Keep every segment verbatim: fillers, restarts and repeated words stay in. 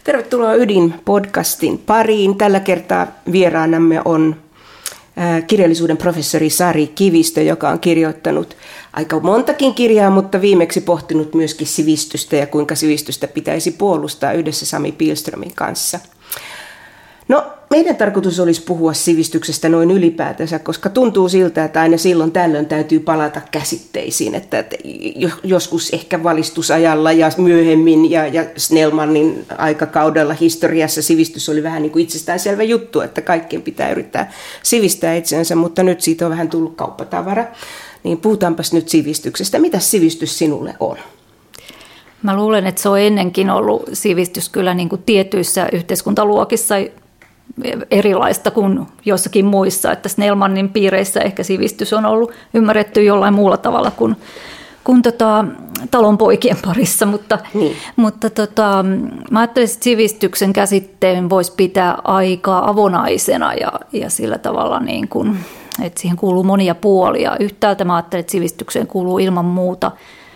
Tervetuloa Ydin-podcastin pariin. Tällä kertaa vieraanamme on kirjallisuuden professori Sari Kivistö, joka on kirjoittanut aika montakin kirjaa, mutta viimeksi pohtinut myöskin sivistystä ja kuinka sivistystä pitäisi puolustaa yhdessä Sami Pihlströmin kanssa. No, meidän tarkoitus olisi puhua sivistyksestä noin ylipäätänsä, koska tuntuu siltä, että aina silloin tällöin täytyy palata käsitteisiin, että joskus ehkä valistusajalla ja myöhemmin ja, ja Snellmanin aikakaudella historiassa sivistys oli vähän niin kuin itsestäänselvä juttu, että kaikkien pitää yrittää sivistää itsensä, mutta nyt siitä on vähän tullut kauppatavara. Niin puhutaanpas nyt sivistyksestä. Mitä sivistys sinulle on? Mä luulen, että se on ennenkin ollut sivistys kyllä niin kuin tietyissä yhteiskuntaluokissa erilaista kuin joissakin muissa, että Snellmanin piireissä ehkä sivistys on ollut ymmärretty jollain muulla tavalla kuin, kuin tota, talonpoikien parissa, mutta, niin. mutta tota, mä ajattelin, että sivistyksen käsitteen voisi pitää aika avonaisena ja, ja sillä tavalla, niin kuin, että siihen kuuluu monia puolia. Yhtäältä mä ajattelin, että sivistykseen kuuluu ilman muuta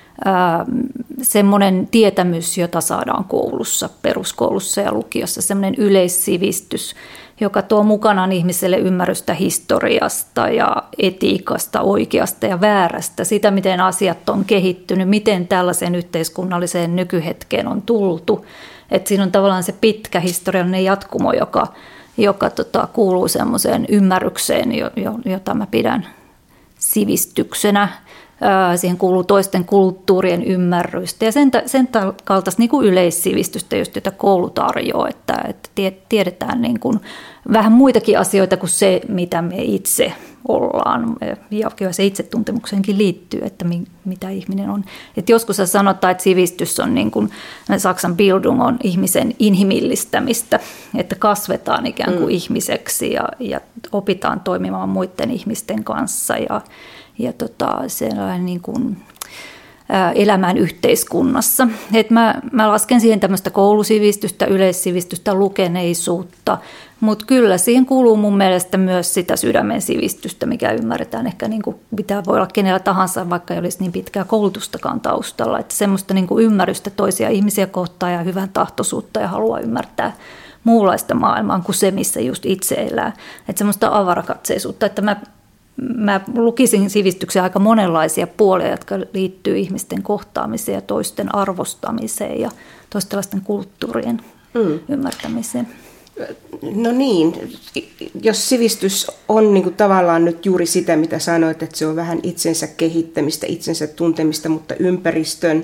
semmoinen tietämys, jota saadaan koulussa, peruskoulussa ja lukiossa, semmoinen yleissivistys, joka tuo mukanaan ihmiselle ymmärrystä historiasta ja etiikasta, oikeasta ja väärästä, sitä miten asiat on kehittynyt, miten tällaiseen yhteiskunnalliseen nykyhetkeen on tultu. Että siinä on tavallaan se pitkä historiallinen jatkumo, joka, joka tota, kuuluu semmoiseen ymmärrykseen, jota mä pidän sivistyksenä. Siihen kuuluu toisten kulttuurien ymmärrystä ja sen, sen kaltaista niin kuin yleissivistystä, just, jota koulu tarjoaa, että, että tiedetään niin kuin vähän muitakin asioita kuin se, mitä me itse ollaan. Ja kyllä se itsetuntemukseenkin liittyy, että mi, mitä ihminen on. Et joskus sanotaan, että sivistys on niin kuin, Saksan Bildung on ihmisen inhimillistämistä, että kasvetaan ikään kuin mm. ihmiseksi ja, ja opitaan toimimaan muiden ihmisten kanssa ja ja tota, sellainen niin kuin, ää, elämään yhteiskunnassa. Et mä, mä lasken siihen tämmöistä koulusivistystä, yleissivistystä, lukeneisuutta, mutta kyllä siihen kuuluu mun mielestä myös sitä sydämen sivistystä, mikä ymmärretään ehkä niin kuin pitää voi olla kenellä tahansa, vaikka ei olisi niin pitkää koulutustakaan taustalla. Että semmoista niin kuin ymmärrystä toisia ihmisiä kohtaan ja hyvän tahtoisuutta ja halua ymmärtää muunlaista maailmaa kuin se, missä just itse elää. Että semmoista avarakatseisuutta, että mä Mä lukisin sivistyksen aika monenlaisia puolia, jotka liittyy ihmisten kohtaamiseen ja toisten arvostamiseen ja toistenlaisten kulttuurien mm. ymmärtämiseen. No niin, jos sivistys on niin kuin tavallaan nyt juuri sitä, mitä sanoit, että se on vähän itsensä kehittämistä, itsensä tuntemista, mutta ympäristön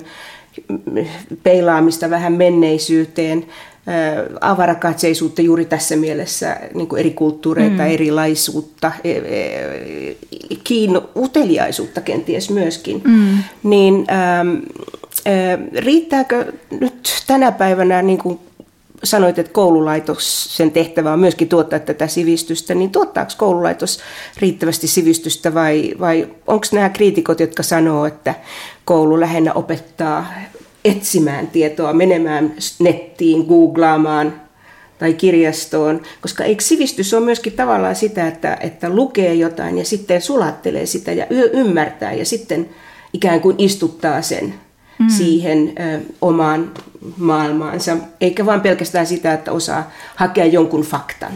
peilaamista vähän menneisyyteen, avarakatseisuutta juuri tässä mielessä, niin kuin eri kulttuureita, mm. erilaisuutta, kiinno, uteliaisuutta kenties myöskin, mm. niin ähm, äh, riittääkö nyt tänä päivänä, niin kuin sanoit, että koululaitos, sen tehtävä on myöskin tuottaa tätä sivistystä, niin tuottaako koululaitos riittävästi sivistystä vai, vai onko nämä kriitikot, jotka sanoo, että koulu lähinnä opettaa etsimään tietoa, menemään nettiin, googlaamaan tai kirjastoon, koska eikö sivistys ole myöskin tavallaan sitä, että, että lukee jotain ja sitten sulattelee sitä ja y- ymmärtää ja sitten ikään kuin istuttaa sen mm. siihen ö, omaan maailmaansa, eikä vaan pelkästään sitä, että osaa hakea jonkun faktan.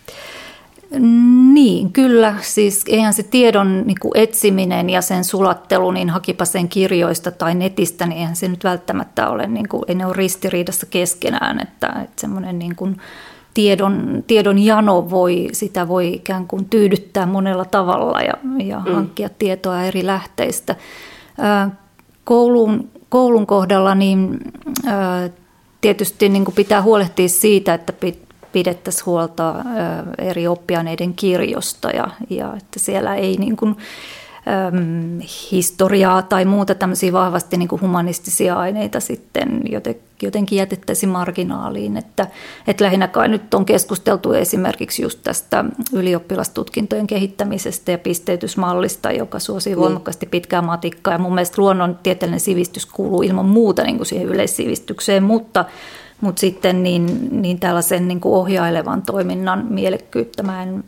Niin, kyllä. Siis eihän se tiedon niin kuin etsiminen ja sen sulattelu, niin hakipa sen kirjoista tai netistä, niin eihän se nyt välttämättä ole, niin kuin, ei ne ole ristiriidassa keskenään, että, että semmoinen niin kuin tiedon, tiedon jano voi, sitä voi ikään kuin tyydyttää monella tavalla ja, ja mm. hankkia tietoa eri lähteistä. Koulun, koulun kohdalla niin tietysti niin kuin pitää huolehtia siitä, että pidettäisiin huolta eri oppiaineiden kirjosta ja, ja että siellä ei niin kuin, äm, historiaa tai muuta tämmöisiä vahvasti niin kuin humanistisia aineita sitten jotenkin jätettäisiin marginaaliin. Että, että lähinnä kai nyt on keskusteltu esimerkiksi just tästä ylioppilastutkintojen kehittämisestä ja pisteytysmallista, joka suosii voimakkaasti pitkää matikkaa. Ja mun mielestä luonnontieteellinen sivistys kuuluu ilman muuta niin kuin siihen yleissivistykseen, mutta Mutta sitten niin, niin tällaisen niin kuin ohjailevan toiminnan mielekkyyttä mä en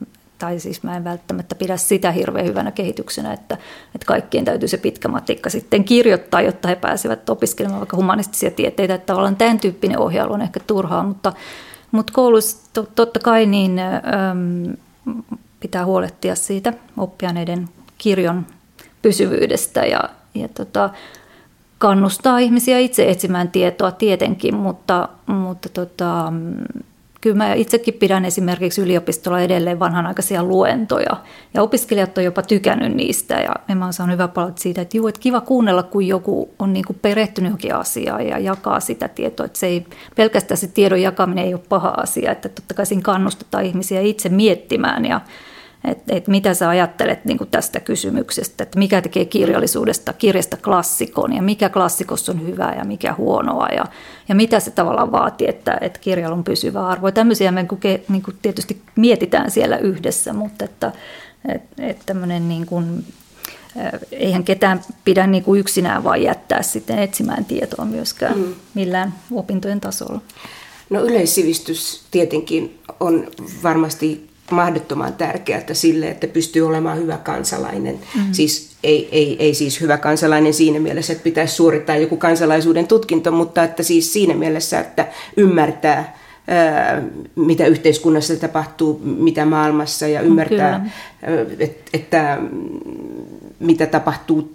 tai siis mä en välttämättä pidä sitä hirveän hyvänä kehityksenä, että, että kaikkien täytyy se pitkä matikka sitten kirjoittaa, jotta he pääsevät opiskelemaan vaikka humanistisia tieteitä. Että tavallaan tämän tyyppinen ohjailu on ehkä turhaa, mutta, mutta koulussa to, totta kai niin, äm, pitää huolehtia siitä oppiaineiden kirjon pysyvyydestä ja, ja tota, kannustaa ihmisiä itse etsimään tietoa tietenkin, mutta, mutta tota, kyllä mä itsekin pidän esimerkiksi yliopistolla edelleen vanhanaikaisia luentoja ja opiskelijat on jopa tykännyt niistä ja mä oon saanut hyvä palautetta siitä, että juu, että kiva kuunnella, kun joku on niin kuin perehtynyt johonkin asiaan ja jakaa sitä tietoa, että se ei, pelkästään se tiedon jakaminen ei ole paha asia, että totta kai siinä kannustetaan ihmisiä itse miettimään ja että et mitä sä ajattelet niin kuin tästä kysymyksestä, että mikä tekee kirjallisuudesta kirjasta klassikon ja mikä klassikossa on hyvää ja mikä huonoa ja, ja mitä se tavallaan vaatii, että, että kirjalla on pysyvä arvo. Ja tämmöisiä me niin kuin tietysti mietitään siellä yhdessä, mutta että, että, että tämmöinen niin kuin, eihän ketään pidä niin kuin yksinään vaan jättää sitten etsimään tietoa myöskään mm. millään opintojen tasolla. No yleissivistys tietenkin on varmasti mahdottoman tärkeää sille, että pystyy olemaan hyvä kansalainen. Mm-hmm. Siis ei, ei, ei siis hyvä kansalainen siinä mielessä, että pitäisi suorittaa joku kansalaisuuden tutkinto, mutta että siis siinä mielessä, että ymmärtää, ää, mitä yhteiskunnassa tapahtuu, mitä maailmassa ja ymmärtää, että, että mitä tapahtuu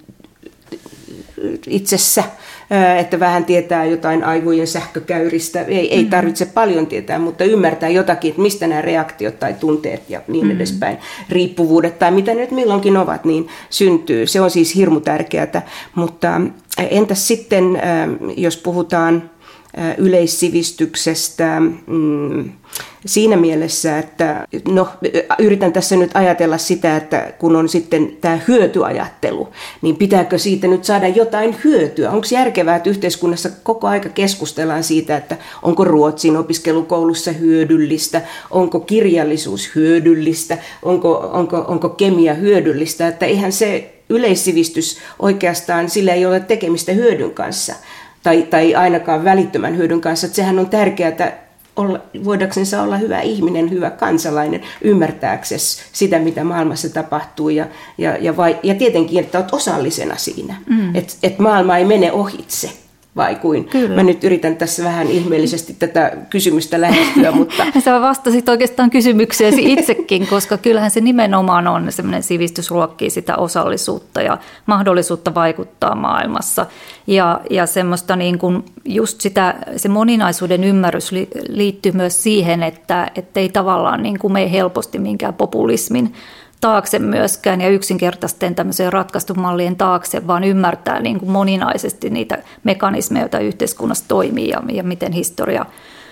itsessä, että vähän tietää jotain aivojen sähkökäyristä. Ei, ei tarvitse paljon tietää, mutta ymmärtää jotakin, että mistä nämä reaktiot tai tunteet ja niin mm-hmm. edespäin, riippuvuudet tai mitä nyt milloinkin ovat, niin syntyy. Se on siis hirmu tärkeää. Mutta entäs sitten, jos puhutaan yleissivistyksestä mm, siinä mielessä, että no, yritän tässä nyt ajatella sitä, että kun on sitten tämä hyötyajattelu, niin pitääkö siitä nyt saada jotain hyötyä? Onko järkevää, että yhteiskunnassa koko aika keskustellaan siitä, että onko Ruotsin opiskelukoulussa hyödyllistä, onko kirjallisuus hyödyllistä, onko, onko, onko kemia hyödyllistä, että eihän se yleissivistys oikeastaan, sillä ei ole tekemistä hyödyn kanssa. Tai, tai ainakaan välittömän hyödyn kanssa, että sehän on tärkeää olla, voidaksensa olla hyvä ihminen, hyvä kansalainen, ymmärtääksesi sitä, mitä maailmassa tapahtuu ja, ja, ja, vai, ja tietenkin, että olet osallisena siinä, mm. että et maailma ei mene ohitse. Vai kuin? Kyllä. Mä nyt yritän tässä vähän ihmeellisesti tätä kysymystä lähestyä, mutta... Sä vastasit oikeastaan kysymykseesi itsekin, koska kyllähän se nimenomaan on semmoinen sivistys ruokkii sitä osallisuutta ja mahdollisuutta vaikuttaa maailmassa. Ja, ja semmoista niin kuin just sitä, se moninaisuuden ymmärrys liittyy myös siihen, että ei tavallaan niin kuin mene helposti minkään populismin taakse myöskään ja yksinkertaisten tämmöiseen ratkaistumallien taakse, vaan ymmärtää niin kuin moninaisesti niitä mekanismeja, joita yhteiskunnassa toimii ja, ja miten historia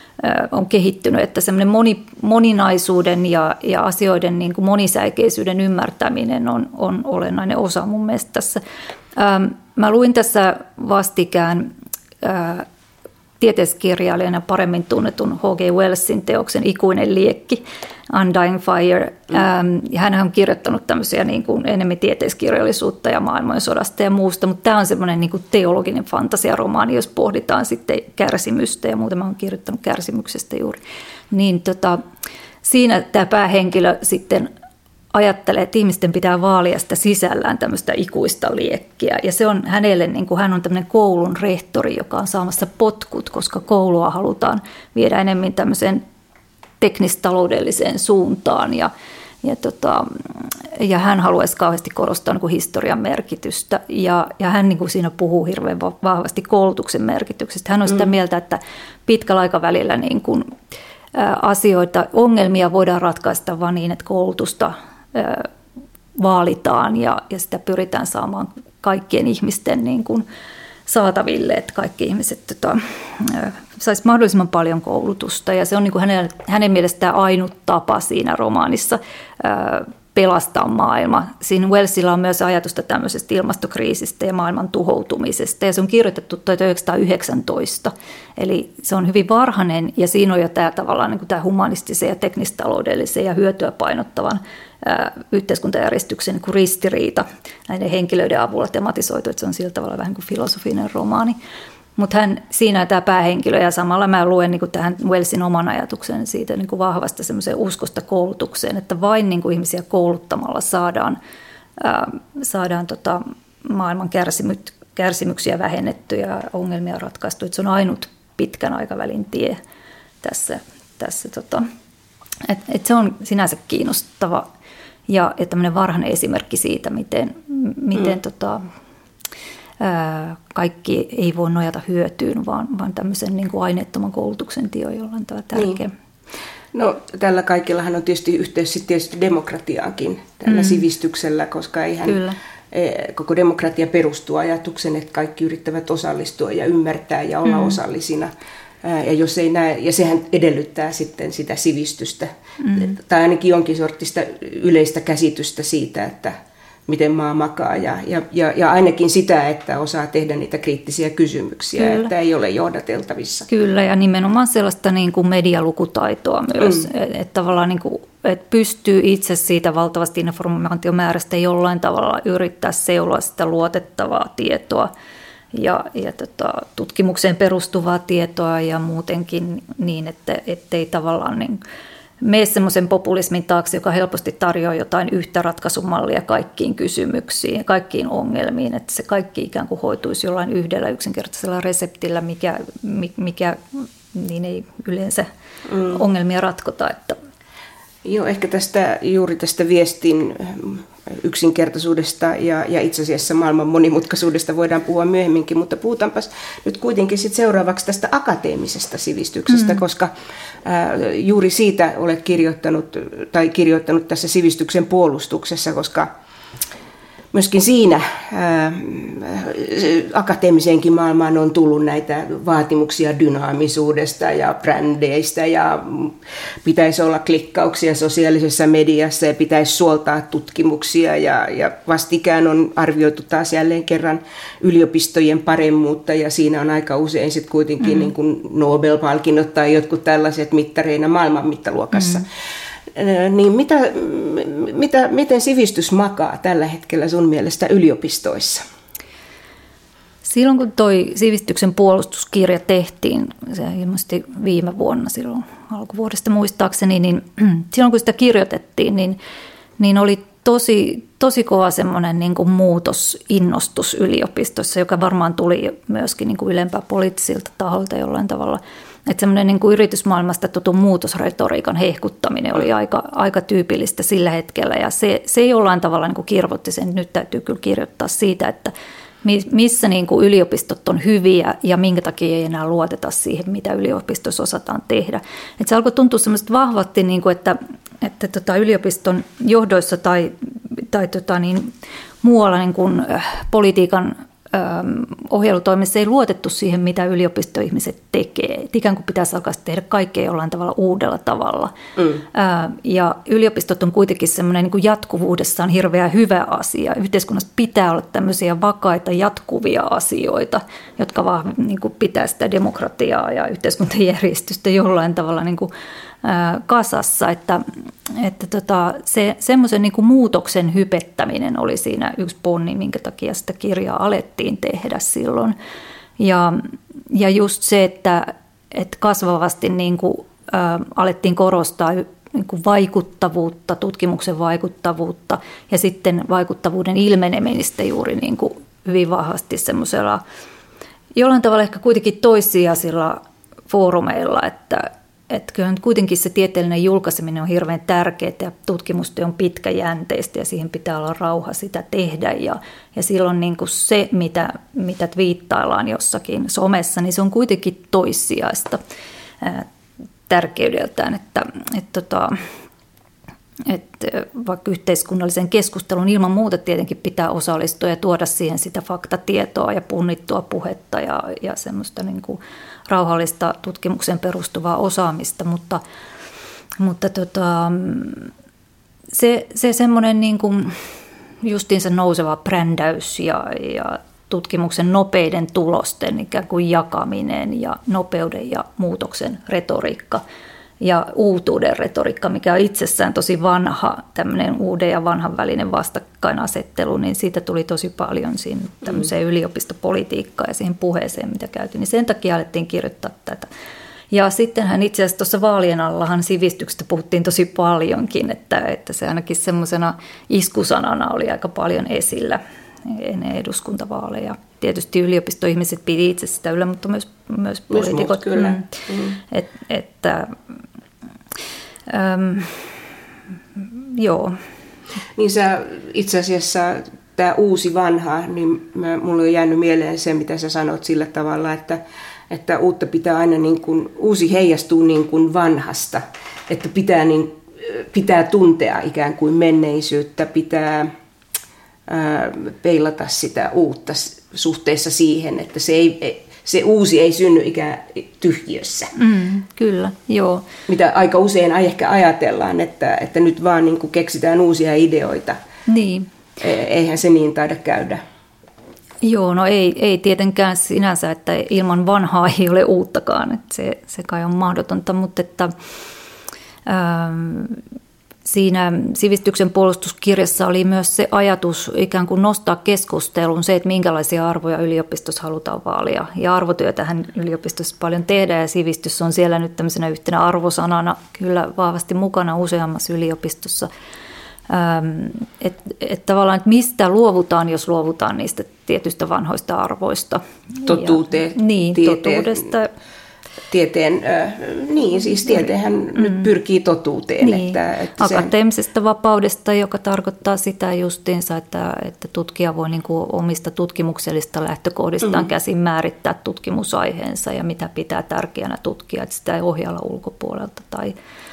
ö, on kehittynyt. Että semmoinen moni, moninaisuuden ja, ja asioiden niin kuin monisäikeisyyden ymmärtäminen on, on olennainen osa mun mielestä tässä. Ähm, mä luin tässä vastikään äh, tieteiskirjailijana paremmin tunnetun H G Wellsin teoksen Ikuinen liekki, Undying Fire. Mm. Ähm, ja hän on kirjoittanut tämmöisiä niin kuin enemmän tieteiskirjallisuutta ja maailmansodasta ja muusta, mutta tämä on semmoinen niin kuin teologinen fantasiaromaani, jos pohditaan sitten kärsimystä ja muuta. Mä oon kirjoittanut kärsimyksestä juuri. Niin tota, siinä tämä päähenkilö sitten ajattelee, että ihmisten pitää vaalia sitä sisällään tämmöistä ikuista liekkiä. Ja se on hänelle, niin kuin hän on tämmöinen koulun rehtori, joka on saamassa potkut, koska koulua halutaan viedä enemmän tämmöiseen teknistaloudelliseen suuntaan. Ja, ja, tota, ja hän haluaisi kauheasti korostaa niin kuin historian merkitystä. Ja, ja hän niin kuin siinä puhuu hirveän vahvasti koulutuksen merkityksestä. Hän on sitä mm. mieltä, että pitkällä aikavälillä niin kuin, ä, asioita, ongelmia voidaan ratkaista vain niin, että koulutusta vaalitaan ja, ja sitä pyritään saamaan kaikkien ihmisten niin kuin saataville, että kaikki ihmiset tota, sais mahdollisimman paljon koulutusta. Ja se on niin kuin hänen, hänen mielestään ainut tapa siinä romaanissa ää, pelastaa maailma. Siinä Wellsilla on myös ajatusta tämmöisestä ilmastokriisistä ja maailman tuhoutumisesta, ja se on kirjoitettu tuhatyhdeksänsataayhdeksäntoista. Eli se on hyvin varhainen, ja siinä on jo tämä tavallaan niin kuin tämä humanistisen ja teknistaloudellisen ja hyötyä painottavan ää, yhteiskuntajärjestyksen niin kuin ristiriita näiden henkilöiden avulla tematisoitu, että se on sillä tavalla vähän kuin filosofinen romaani. Mutta hän, siinä on tämä päähenkilö ja samalla mä luen niin kuin tähän Wellsin oman ajatuksen siitä niin kuin vahvasta semmoiseen uskosta koulutukseen, että vain niin kuin ihmisiä kouluttamalla saadaan, ää, saadaan tota maailman kärsimyt, kärsimyksiä vähennettyä ja ongelmia ratkaistu. Että se on ainut pitkän aikavälin tie tässä. tässä tota. et, et se on sinänsä kiinnostava ja, ja tämmöinen varhainen esimerkki siitä, miten, miten mm. tota, ää, kaikki ei voi nojata hyötyyn, vaan, vaan tämmöisen niin kuin aineettoman koulutuksen tie on jollain tavalla tärkeä. Niin. No tällä kaikillahan on tietysti yhteys sitten tietysti demokratiaankin, tällä mm. sivistyksellä, koska eihän Kyllä. koko demokratia perustuu ajatuksen, että kaikki yrittävät osallistua ja ymmärtää ja olla mm. osallisina. Ja, jos ei näe, ja sehän edellyttää sitten sitä sivistystä, mm. tai ainakin jonkin sortista yleistä käsitystä siitä, että miten maa makaa, ja, ja, ja ainakin sitä, että osaa tehdä niitä kriittisiä kysymyksiä, Kyllä. että ei ole johdateltavissa. Kyllä, ja nimenomaan sellaista niin kuin medialukutaitoa myös, mm. että, että tavallaan niin kuin, että pystyy itse siitä valtavasti informaatiomäärästä jollain tavalla yrittää seuloa sitä luotettavaa tietoa, ja, ja tota, tutkimukseen perustuvaa tietoa ja muutenkin niin, että ettei tavallaan niin mene semmoisen populismin taakse, joka helposti tarjoaa jotain yhtä ratkaisumallia kaikkiin kysymyksiin ja kaikkiin ongelmiin, että se kaikki ikään kuin hoituisi jollain yhdellä yksinkertaisella reseptillä, mikä, mikä niin ei yleensä mm. ongelmia ratkota. Että Joo, ehkä tästä, juuri tästä viestin yksinkertaisuudesta ja, ja itse asiassa maailman monimutkaisuudesta voidaan puhua myöhemminkin, mutta puhutaanpas nyt kuitenkin sit seuraavaksi tästä akateemisesta sivistyksestä, mm. koska ää, juuri siitä olet kirjoittanut, tai kirjoittanut tässä sivistyksen puolustuksessa, koska myöskin siinä ää, akateemiseenkin maailmaan on tullut näitä vaatimuksia dynaamisuudesta ja brändeistä ja pitäisi olla klikkauksia sosiaalisessa mediassa ja pitäisi suoltaa tutkimuksia ja, ja vastikään on arvioitu taas jälleen kerran yliopistojen paremmuutta ja siinä on aika usein sitten kuitenkin mm. niin kuin Nobel-palkinnot tai jotkut tällaiset mittareina maailman mittaluokassa. Mm. Niin mitä, mitä, miten sivistys makaa tällä hetkellä sun mielestä yliopistoissa? Silloin kun toi sivistyksen puolustuskirja tehtiin, se ilmeisesti viime vuonna silloin alkuvuodesta muistaakseni, niin silloin kun sitä kirjoitettiin, niin, niin oli tosi, tosi kova semmoinen niin kuin muutosinnostus yliopistossa, joka varmaan tuli myöskin niin kuin ylempää poliittisilta taholta jollain tavalla. Että semmoinen niin kuin yritysmaailmasta tutun muutosretoriikan hehkuttaminen oli aika, aika tyypillistä sillä hetkellä. Ja se, se jollain tavalla niin kuin kirvoitti sen, nyt täytyy kyllä kirjoittaa siitä, että missä niin kuin yliopistot on hyviä ja minkä takia ei enää luoteta siihen, mitä yliopistossa osataan tehdä. Että se alkoi tuntua semmoista vahvasti, niin kuin, että, että tota yliopiston johdoissa tai, tai tota niin, muualla niin kuin politiikan ohjailutoimessa ei luotettu siihen, mitä yliopistoihmiset tekee. Et ikään kuin pitäisi alkaa tehdä kaikkea jollain tavalla uudella tavalla. Mm. Ja yliopistot on kuitenkin semmoinen niin kuin jatkuvuudessaan hirveän hyvä asia. Yhteiskunnassa pitää olla tämmöisiä vakaita jatkuvia asioita, jotka vaan niin kuin pitää sitä demokratiaa ja yhteiskuntajärjestystä jollain tavalla niin kuin kasassa, että, että tota, se, semmoisen niin kuin muutoksen hypettäminen oli siinä yksi ponni, minkä takia sitä kirjaa alettiin tehdä silloin. Ja, ja just se, että, että kasvavasti niin kuin, ä, alettiin korostaa niin kuin vaikuttavuutta, tutkimuksen vaikuttavuutta ja sitten vaikuttavuuden ilmenemistä juuri niin kuin hyvin vahvasti semmoisella jollain tavalla ehkä kuitenkin toissijaisilla foorumeilla, että Että kyllä nyt kuitenkin se tieteellinen julkaiseminen on hirveän tärkeää ja tutkimustyö on pitkäjänteistä ja siihen pitää olla rauha sitä tehdä. Ja, ja silloin niin kuin se, mitä, mitä twiittaillaan jossakin somessa, niin se on kuitenkin toissijaista ää, tärkeydeltään. Että, et, tota, että vaikka yhteiskunnallisen keskustelun ilman muuta tietenkin pitää osallistua ja tuoda siihen sitä faktatietoa ja punnittua puhetta ja, ja semmoista niin kuin rauhallista tutkimukseen perustuvaa osaamista, mutta, mutta tota, se, se semmoinen niin kuin justiinsa nouseva brändäys ja, ja tutkimuksen nopeiden tulosten ikään kuin jakaminen ja nopeuden ja muutoksen retoriikka, ja uutuuden retoriikka, mikä on itsessään tosi vanha, tämmöinen uuden ja vanhan välinen vastakkainasettelu, niin siitä tuli tosi paljon siinä tämmöiseen mm. yliopistopolitiikkaan ja siihen puheeseen, mitä käytiin. Niin sen takia alettiin kirjoittaa tätä. Ja sittenhän itse asiassa tuossa vaalien allahan sivistyksestä puhuttiin tosi paljonkin, että, että se ainakin semmoisena iskusanana oli aika paljon esillä ennen eduskuntavaaleja. Tietysti yliopistoihmiset piti itse sitä yllä, mutta myös, myös poliitikot. Kyllä. Mm. Et, että, äm, joo. Niin sä itse asiassa tämä uusi vanha, niin mä, mulla on jäänyt mieleen se, mitä sä sanot sillä tavalla, että, että uutta pitää aina, niin kuin, uusi heijastuu niin kuin vanhasta, että pitää, niin, pitää tuntea ikään kuin menneisyyttä, pitää ää, peilata sitä uutta suhteessa siihen, että se, ei, se uusi ei synny ikään tyhjiössä. Mm, kyllä, joo. Mitä aika usein ehkä ajatellaan, että, että nyt vaan niin kuin keksitään uusia ideoita. Niin. Eihän se niin taida käydä. Joo, no ei, ei tietenkään sinänsä, että ilman vanhaa ei ole uuttakaan. Että se, se kai on mahdotonta, mutta että, ähm, siinä sivistyksen puolustuskirjassa oli myös se ajatus ikään kuin nostaa keskusteluun se, että minkälaisia arvoja yliopistossa halutaan vaalia. Ja arvotyötähän yliopistossa paljon tehdään ja sivistys on siellä nyt tämmöisenä yhtenä arvosanana kyllä vahvasti mukana useammassa yliopistossa. Että et tavallaan, että mistä luovutaan, jos luovutaan niistä tietyistä vanhoista arvoista. Totuuteen. Ja, niin, tieteen, totuudesta. Tieteen, äh, niin, siis tieteenhän mm. nyt pyrkii totuuteen. Niin. Että, että akateemisesta se vapaudesta, joka tarkoittaa sitä justiinsa, että, että tutkija voi niin kuin omista tutkimuksellista lähtökohdistaan mm. käsin määrittää tutkimusaiheensa ja mitä pitää tärkeänä tutkia, että sitä ei ohjalla ulkopuolelta. Tai,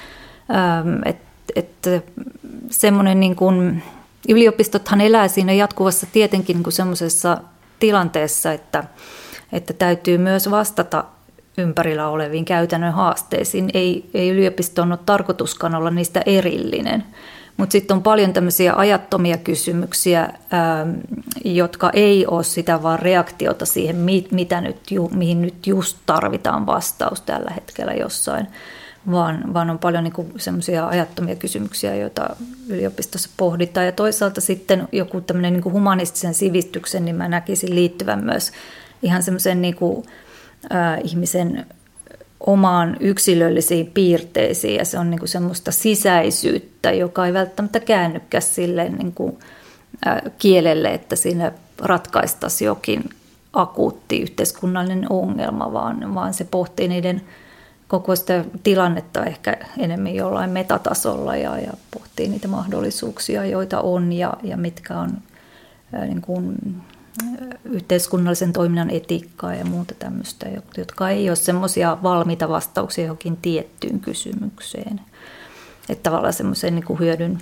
ähm, että Että semmoinen niin kuin, yliopistothan elää siinä jatkuvassa tietenkin niin kuin semmoisessa tilanteessa, että, että täytyy myös vastata ympärillä oleviin käytännön haasteisiin. Ei, ei yliopiston ole tarkoituskaan olla niistä erillinen, mutta sitten on paljon tämmöisiä ajattomia kysymyksiä, ää, jotka ei ole sitä vaan reaktiota siihen, mitä nyt, mihin nyt just tarvitaan vastaus tällä hetkellä jossain. Vaan, vaan on paljon niin semmoisia ajattomia kysymyksiä, joita yliopistossa pohditaan. Ja toisaalta sitten joku tämmöinen niin humanistisen sivistyksen, niin mä näkisin liittyvän myös ihan semmoisen niin kuin, äh, ihmisen omaan yksilöllisiin piirteisiin. Ja se on niin kuin semmoista sisäisyyttä, joka ei välttämättä käännykään silleen niin kuin, äh, kielelle, että siinä ratkaistaisiin jokin akuutti yhteiskunnallinen ongelma, vaan, vaan se pohtii niiden koko sitä tilannetta ehkä enemmän jollain metatasolla ja, ja pohtii niitä mahdollisuuksia, joita on ja, ja mitkä on ää, niin kuin, yhteiskunnallisen toiminnan etiikkaa ja muuta tämmöistä, jotka ei ole semmoisia valmiita vastauksia johonkin tiettyyn kysymykseen. Että tavallaan semmoisen niin kuin hyödyn,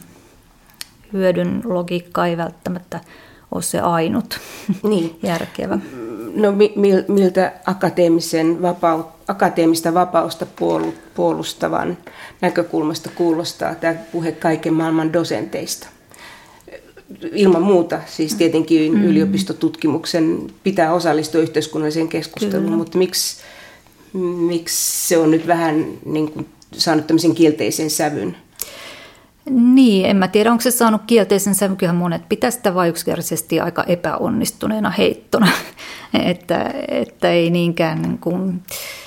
hyödyn logiikka ei välttämättä ole se ainut niin. järkevä. No miltä akateemisen vapaut, akateemista vapausta puolustavan näkökulmasta kuulostaa tämä puhe kaiken maailman dosenteista? Ilman muuta, siis tietenkin mm. yliopistotutkimuksen pitää osallistua yhteiskunnalliseen keskusteluun, Kyllä. mutta miksi, miksi se on nyt vähän niin kuin saanut tämmöisen kielteisen sävyn? Niin, en mä tiedä, onko se saanut kielteisen sävyn, kyllähän monet pitää sitä vain yksinkertaisesti aika epäonnistuneena heittona, että, että ei niinkään niin kuin,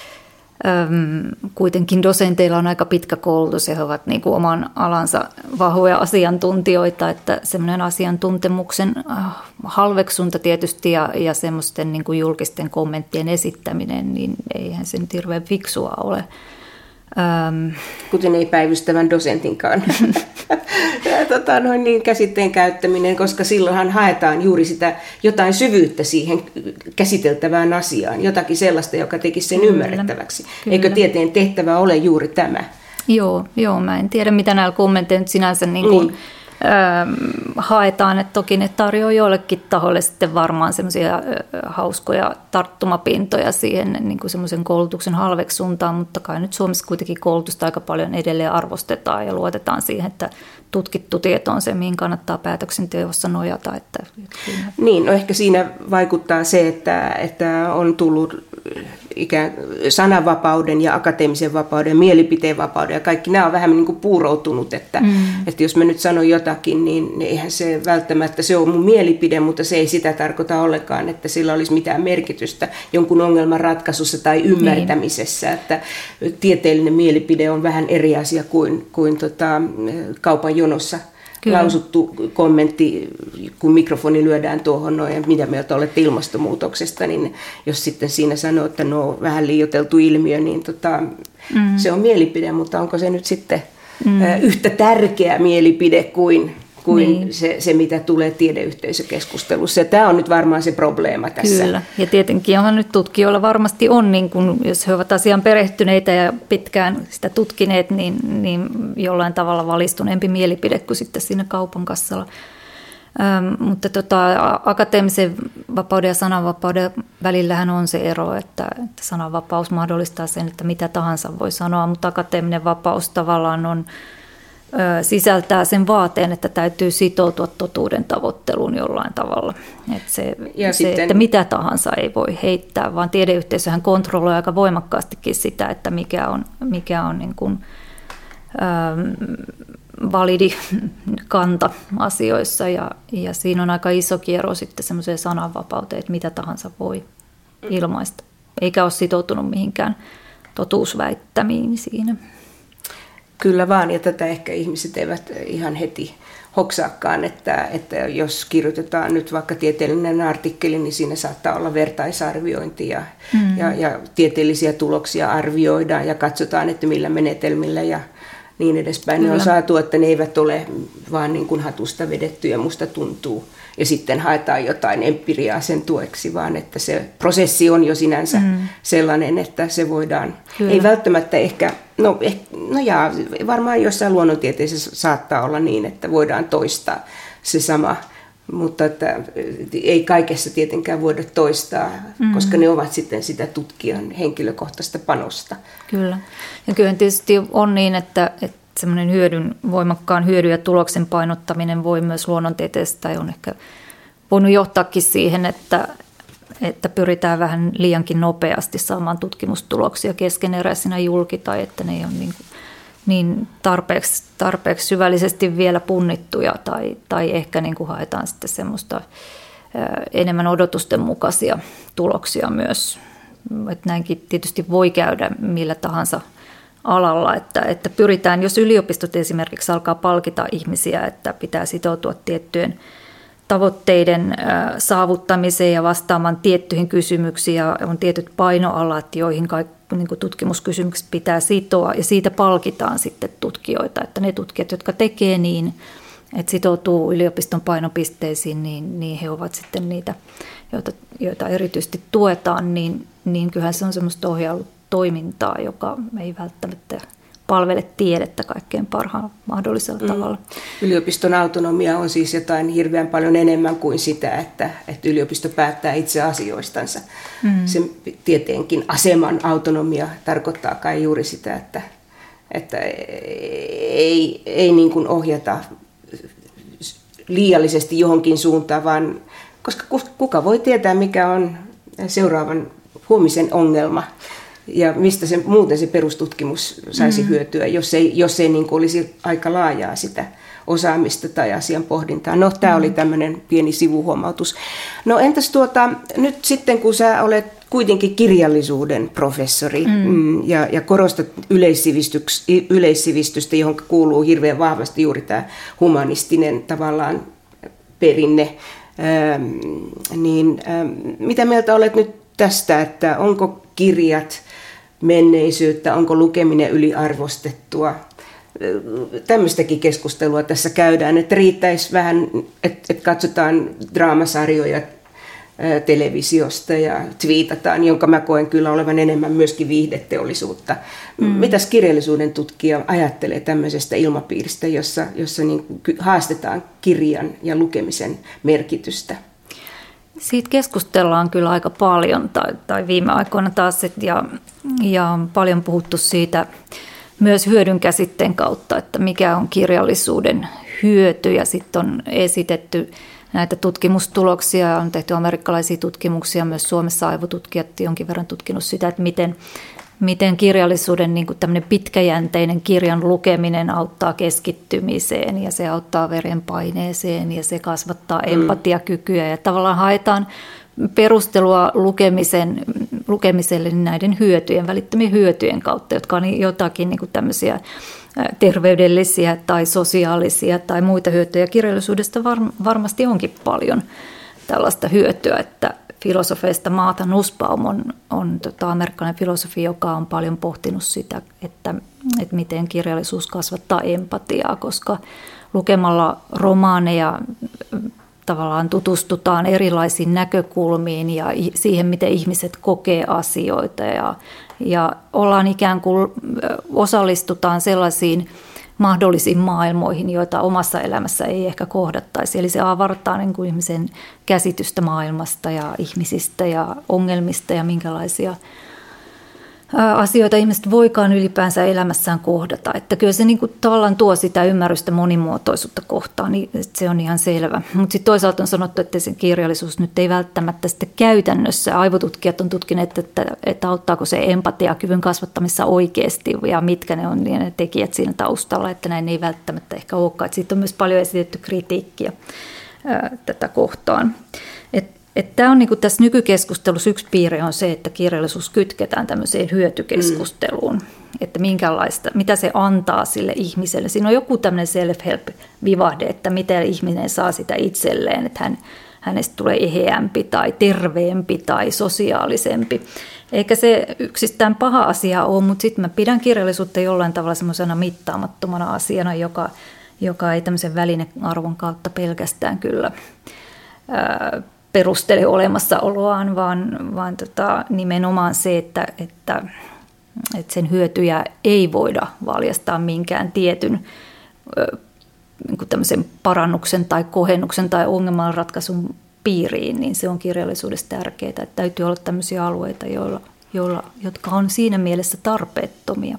äm, kuitenkin dosenteilla on aika pitkä koulutus ja he ovat niin kuin oman alansa vahvoja asiantuntijoita, että semmoinen asiantuntemuksen halveksunta tietysti ja, ja semmoisten niin kuin julkisten kommenttien esittäminen, niin eihän se nyt hirveän fiksua ole. Ähm. Kuten ei päivystävän dosentinkaan tota, noin niin, käsitteen käyttäminen, koska silloinhan haetaan juuri sitä jotain syvyyttä siihen käsiteltävään asiaan, jotakin sellaista, joka tekisi sen Kyllä. ymmärrettäväksi. Kyllä. Eikö tieteen tehtävä ole juuri tämä? Joo, joo mä en tiedä mitä näillä kommenteilla nyt sinänsä niin kuin, niin. Ähm, haetaan, että toki ne tarjoaa joillekin tahoille sitten varmaan semmoisia äh, hauskoja tarttumapintoja siihen niin kuin semmoisen koulutuksen halveksuntaan, mutta kai nyt Suomessa kuitenkin koulutusta aika paljon edelleen arvostetaan ja luotetaan siihen, että tutkittu tieto on se, mihin kannattaa päätöksenteossa nojata. Että, niin, no ehkä siinä vaikuttaa se, että, että on tullut ikään sananvapauden ja akateemisen vapauden ja mielipiteenvapauden ja kaikki nämä on vähän niin kuin puuroutunut, että, mm. että jos mä nyt sanon jotakin, niin eihän se välttämättä, se on mun mielipide, mutta se ei sitä tarkoita ollenkaan, että sillä olisi mitään merkitystä jonkun ongelman ratkaisussa tai ymmärtämisessä, niin. Että tieteellinen mielipide on vähän eri asia kuin, kuin tota, kaupan jonossa. Kyllä. Lausuttu kommentti, kun mikrofoni lyödään tuohon noin, ja mitä mieltä olette ilmastonmuutoksesta, niin jos sitten siinä sanoo, että no vähän liioiteltu ilmiö, niin tota, mm. se on mielipide, mutta onko se nyt sitten mm. yhtä tärkeä mielipide kuin, kuin niin. se, se, mitä tulee tiedeyhteisökeskustelussa. Ja tämä on nyt varmaan se probleema tässä. Kyllä, ja tietenkin onhan nyt tutkijoilla varmasti on, niin kun, jos he ovat asiaan perehtyneitä ja pitkään sitä tutkineet, niin, niin jollain tavalla valistuneempi mielipide kuin sitten siinä kaupan kassalla. Ähm, mutta tota, akateemisen vapauden ja sananvapauden välillähän on se ero, että, että sananvapaus mahdollistaa sen, että mitä tahansa voi sanoa, mutta akateeminen vapaus tavallaan on sisältää sen vaateen, että täytyy sitoutua totuuden tavoitteluun jollain tavalla. Että se, se, sitten, että mitä tahansa ei voi heittää, vaan tiedeyhteisöhän kontrolloi aika voimakkaastikin sitä, että mikä on, mikä on niin kuin, ähm, validi kanta asioissa. Ja, ja siinä on aika iso kierro sitten semmoiseen sananvapauteen, että mitä tahansa voi ilmaista. Eikä ole sitoutunut mihinkään totuusväittämiin siinä. Kyllä vaan, ja tätä ehkä ihmiset eivät ihan heti hoksaakaan, että, että jos kirjoitetaan nyt vaikka tieteellinen artikkeli, niin siinä saattaa olla vertaisarviointi ja, mm. ja, ja tieteellisiä tuloksia arvioidaan ja katsotaan, että millä menetelmillä ja niin edespäin. Kyllä. Ne on saatu, että ne eivät ole vaan niin kuin hatusta vedetty ja musta tuntuu. Ja sitten haetaan jotain empiriaa sen tueksi, vaan että se prosessi on jo sinänsä mm. sellainen, että se voidaan, Kyllä. ei välttämättä ehkä, no, eh, no jaa, varmaan jossain luonnontieteessä saattaa olla niin, että voidaan toistaa se sama, mutta että ei kaikessa tietenkään voida toistaa, mm. koska ne ovat sitten sitä tutkijan henkilökohtaista panosta. Kyllä, ja kyllä tietysti on niin, että, että semmoinen hyödyn, voimakkaan hyödyn ja tuloksen painottaminen voi myös luonnontieteestä tai on ehkä voinut johtaakin siihen, että, että pyritään vähän liiankin nopeasti saamaan tutkimustuloksia keskeneräisinä julki tai että ne ei ole niin, niin tarpeeksi, tarpeeksi syvällisesti vielä punnittuja tai, tai ehkä niin kuin haetaan sitten semmoista enemmän odotusten mukaisia tuloksia myös. Että näinkin tietysti voi käydä millä tahansa alalla, että, että pyritään, jos yliopistot esimerkiksi alkaa palkita ihmisiä, että pitää sitoutua tiettyjen tavoitteiden saavuttamiseen ja vastaamaan tiettyihin kysymyksiin ja on tietyt painoalat, joihin kaikki niin kuin tutkimuskysymykset pitää sitoa ja siitä palkitaan sitten tutkijoita, että ne tutkijat, jotka tekee niin, että sitoutuu yliopiston painopisteisiin, niin, niin he ovat sitten niitä, joita, joita erityisesti tuetaan, niin, niin kyllähän se on semmoista ohjailut toimintaa, joka ei välttämättä palvele tiedettä kaikkein parhaan mahdollisella mm. tavalla. Yliopiston autonomia on siis jotain hirveän paljon enemmän kuin sitä, että, että yliopisto päättää itse asioistansa. Mm. Se tietenkin aseman autonomia tarkoittaa kai juuri sitä, että, että ei, ei niin kuin ohjata liiallisesti johonkin suuntaan, vaan koska kuka voi tietää, mikä on seuraavan huomisen ongelma. Ja mistä se, muuten se perustutkimus saisi mm. hyötyä, jos ei, jos ei niin kuin olisi aika laajaa sitä osaamista tai asian pohdintaa. No, tämä mm. oli tämmöinen pieni sivuhuomautus. No entäs tuota, nyt sitten kun sä olet kuitenkin kirjallisuuden professori mm. ja, ja korostat yleissivistystä, johon kuuluu hirveän vahvasti juuri tämä humanistinen tavallaan perinne, ähm, niin ähm, mitä mieltä olet nyt tästä, että onko kirjat menneisyyttä, onko lukeminen yliarvostettua? Tämmöistäkin keskustelua tässä käydään, että riittäisi vähän, että katsotaan draamasarjoja televisiosta ja twiitataan, jonka mä koen kyllä olevan enemmän myöskin viihdeteollisuutta. Mm. Mitäs kirjallisuuden tutkija ajattelee tämmöisestä ilmapiiristä, jossa, jossa niin haastetaan kirjan ja lukemisen merkitystä? Siitä keskustellaan kyllä aika paljon, tai, tai viime aikoina taas, ja, ja on paljon puhuttu siitä myös hyödyn käsitteen kautta, että mikä on kirjallisuuden hyöty, ja sitten on esitetty näitä tutkimustuloksia. On tehty amerikkalaisia tutkimuksia, myös Suomessa aivotutkijat jonkin verran tutkinut sitä, että miten, miten kirjallisuuden niin kuin tämmöinen pitkäjänteinen kirjan lukeminen auttaa keskittymiseen ja se auttaa verenpaineeseen ja se kasvattaa mm. empatiakykyä ja tavallaan haetaan perustelua lukemisen, lukemiselle näiden hyötyjen, välittömien hyötyjen kautta, jotka on jotakin niin kuin tämmöisiä terveydellisiä tai sosiaalisia tai muita hyötyjä. Kirjallisuudesta varmasti onkin paljon tällaista hyötyä, että filosofeista Martha Nussbaum on, on tota, amerikkalainen filosofi, joka on paljon pohtinut sitä, että, että miten kirjallisuus kasvattaa empatiaa, koska lukemalla romaaneja tavallaan tutustutaan erilaisiin näkökulmiin ja siihen, miten ihmiset kokee asioita ja, ja ollaan ikään kuin osallistutaan sellaisiin mahdollisiin maailmoihin, joita omassa elämässä ei ehkä kohdattaisi. Eli se avartaa niin kuin ihmisen käsitystä maailmasta ja ihmisistä ja ongelmista ja minkälaisia asioita ihmiset voikaan ylipäänsä elämässään kohdata. Että kyllä se niin kuin tavallaan tuo sitä ymmärrystä monimuotoisuutta kohtaan, niin se on ihan selvä. Mutta sitten toisaalta on sanottu, että se kirjallisuus nyt ei välttämättä sitten käytännössä. Aivotutkijat on tutkineet, että, että auttaako se empatiakyvyn kasvattamissa oikeasti ja mitkä ne on ne tekijät siinä taustalla, että näin ei välttämättä ehkä olekaan. Että siitä on myös paljon esitetty kritiikkiä ää, tätä kohtaan. Tämä on niin kuin tässä nykykeskustelussa yksi piirre on se, että kirjallisuus kytketään tämmöiseen hyötykeskusteluun, mm. että minkälaista, mitä se antaa sille ihmiselle. Siinä on joku tämmöinen self-help-vivahde, että miten ihminen saa sitä itselleen, että hän, hänestä tulee eheämpi tai terveempi tai sosiaalisempi. Eikä se yksistään paha asia ole, mutta sitten mä pidän kirjallisuutta jollain tavalla semmoisena mittaamattomana asiana, joka, joka ei tämmöisen välinearvon kautta pelkästään kyllä ää, perustele olemassaoloaan, vaan, vaan tota, nimenomaan se, että, että, että sen hyötyjä ei voida valjastaa minkään tietyn niin kuin tämmöisen parannuksen tai kohennuksen tai ongelmanratkaisun piiriin, niin se on kirjallisuudessa tärkeää. Että täytyy olla tämmöisiä alueita, joilla, joilla, jotka on siinä mielessä tarpeettomia.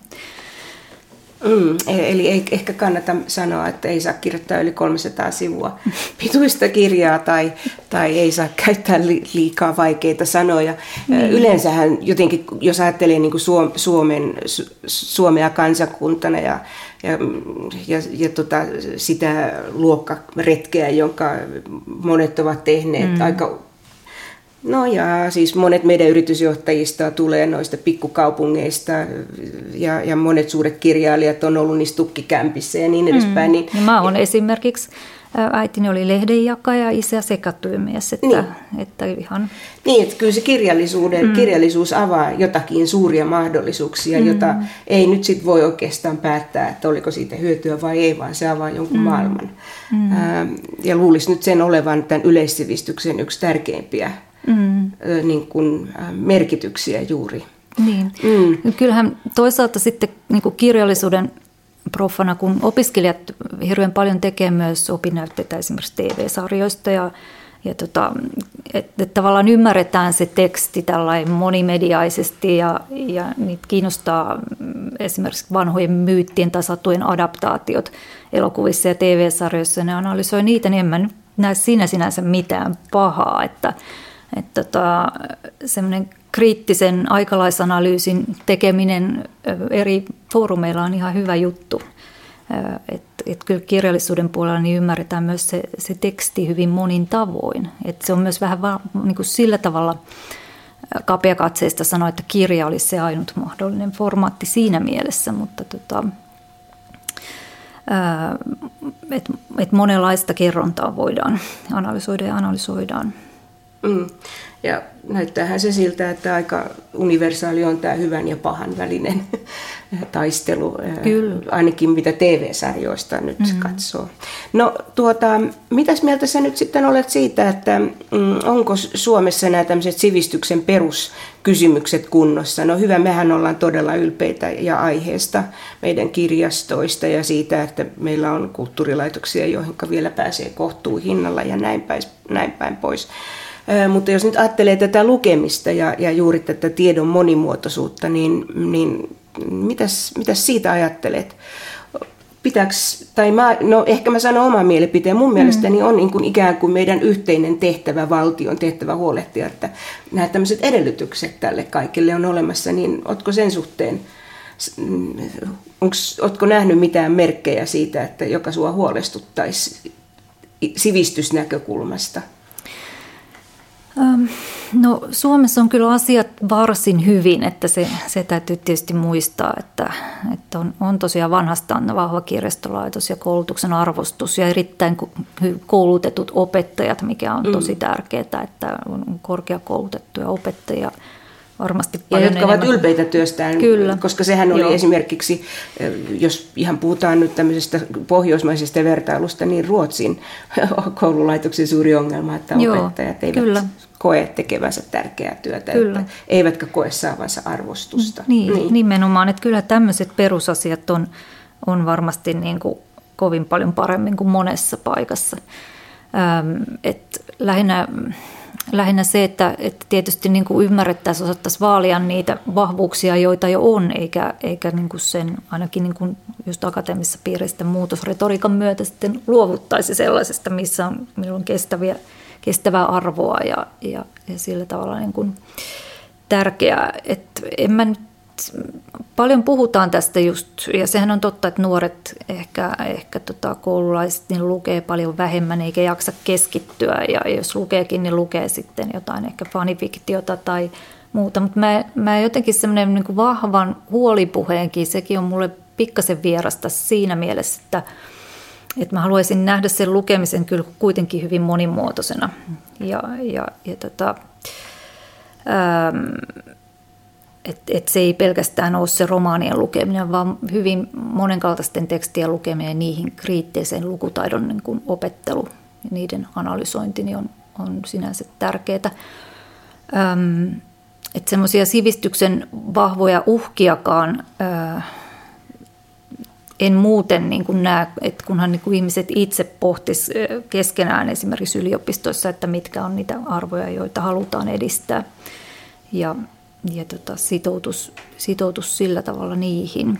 Mm, eli ei ehkä kannata sanoa, että ei saa kirjoittaa yli kolmesataa sivua pituista kirjaa tai, tai ei saa käyttää liikaa vaikeita sanoja. Mm. Yleensähän jotenkin, jos ajattelee niin kuin Suomen, Suomea kansakuntana ja, ja, ja, ja tota, sitä luokkaretkeä, jonka monet ovat tehneet mm. aika. No ja siis monet meidän yritysjohtajista tulee noista pikkukaupungeista ja, ja monet suuret kirjailijat on ollut niissä tukkikämpissä ja niin edespäin. Mm. Niin, mä olen esimerkiksi, äitini oli lehdenjakaja, isä sekatyömies, että, niin. että ihan. Niin, että kyllä se kirjallisuuden, mm. kirjallisuus avaa jotakin suuria mahdollisuuksia, mm. jota ei nyt sit voi oikeastaan päättää, että oliko siitä hyötyä vai ei, vaan se avaa jonkun mm. maailman. Mm. Ää, ja luulisi nyt sen olevan tämän yleissivistyksen yksi tärkeimpiä Mm. Niin kuin, merkityksiä juuri. Niin. Mm. Kyllähän toisaalta sitten niin kuin kirjallisuuden profana, kun opiskelijat hirveän paljon tekee myös opinnäytteitä esimerkiksi T V-sarjoista ja, ja tota, että et tavallaan ymmärretään se teksti tällainen monimediaisesti ja, ja niitä kiinnostaa esimerkiksi vanhojen myyttien tai satujen adaptaatiot elokuvissa ja T V-sarjoissa ja ne analysoi niitä, niin en mä nyt näe siinä sinänsä mitään pahaa, että Että tota, semmoinen kriittisen aikalaisanalyysin tekeminen eri foorumeilla on ihan hyvä juttu. Että et kyllä kirjallisuuden puolella niin ymmärretään myös se, se teksti hyvin monin tavoin. Että se on myös vähän va, niin kuin sillä tavalla kapeakatseista sanoa, että kirja olisi se ainut mahdollinen formaatti siinä mielessä, mutta tota, että et monenlaista kerrontaa voidaan analysoida ja analysoidaan. Mm. Ja näyttäähän se siltä, että aika universaali on tämä hyvän ja pahan välinen taistelu, Kyllä. ainakin mitä T V-sarjoista nyt mm-hmm. katsoo. No tuota, mitäs mieltä sä nyt sitten olet siitä, että mm, onko Suomessa nämä tämmöiset sivistyksen peruskysymykset kunnossa? No hyvä, mehän ollaan todella ylpeitä ja aiheesta meidän kirjastoista ja siitä, että meillä on kulttuurilaitoksia, joihin vielä pääsee kohtuuhinnalla ja näin päin, näin päin pois. Mutta jos nyt ajattelee tätä lukemista ja, ja juuri tätä tiedon monimuotoisuutta, niin, niin mitäs, mitäs siitä ajattelet? pitääks, tai mä, no ehkä mä sanon oman mielipiteen, mun mielestäni on niin kuin ikään kuin meidän yhteinen tehtävä, valtion tehtävä huolehtia, että nämä tämmöiset edellytykset tälle kaikille on olemassa, niin ootko sen suhteen, onks, ootko nähnyt mitään merkkejä siitä, että joka sua huolestuttaisi sivistysnäkökulmasta? No Suomessa on kyllä asiat varsin hyvin, että se, se täytyy tietysti muistaa, että, että on, on tosiaan vanhastaan vahva kirjastolaitos ja koulutuksen arvostus ja erittäin koulutetut opettajat, mikä on tosi mm. tärkeää, että on korkeakoulutettuja opettajia varmasti paljon ja jotka enemmän. Ovat ylpeitä työstään, kyllä. Koska sehän oli Joo. esimerkiksi, jos ihan puhutaan nyt tämmöisestä pohjoismaisesta vertailusta, niin Ruotsin koululaitoksen suuri ongelma, että Joo, opettajat eivät kyllä. koe tekevänsä tärkeää työtä, että eivätkä koe saavansa arvostusta. Niin, niin. Nimenomaan, että kyllä tämmöiset perusasiat on, on varmasti niin kuin kovin paljon paremmin kuin monessa paikassa. Ähm, että lähinnä... Lähinnä se, että, että tietysti niin kuin ymmärrettäisiin, osattaisiin vaalia niitä vahvuuksia, joita jo on, eikä, eikä niin kuin sen ainakin niin kuin just akateemisessa piirissä muutosretoriikan myötä sitten luovuttaisi sellaisesta, missä on, on kestäviä, kestävää arvoa ja, ja, ja sillä tavalla niin kuin tärkeää. Että en mä nyt, paljon puhutaan tästä just, ja sehän on totta, että nuoret ehkä, ehkä tota koululaiset niin lukee paljon vähemmän eikä jaksa keskittyä, ja jos lukeekin, niin lukee sitten jotain ehkä fanifiktiota tai muuta, mutta mä, mä jotenkin semmoinen niin kuin vahvan huolipuheenkin, sekin on mulle pikkasen vierasta siinä mielessä, että, että mä haluaisin nähdä sen lukemisen kyllä kuitenkin hyvin monimuotoisena, ja, ja, ja tota, ähm, Että et se ei pelkästään ole se romaanien lukeminen, vaan hyvin monenkaltaisten tekstien lukeminen ja niihin kriittisen lukutaidon niin kuin opettelu ja niiden analysointi niin on, on sinänsä tärkeää. Ähm, että semmoisia sivistyksen vahvoja uhkiakaan äh, en muuten niin kuin näe, että kunhan niin kuin ihmiset itse pohtis keskenään esimerkiksi yliopistoissa, että mitkä on niitä arvoja, joita halutaan edistää ja Ja tota, sitoutus, sitoutus sillä tavalla niihin.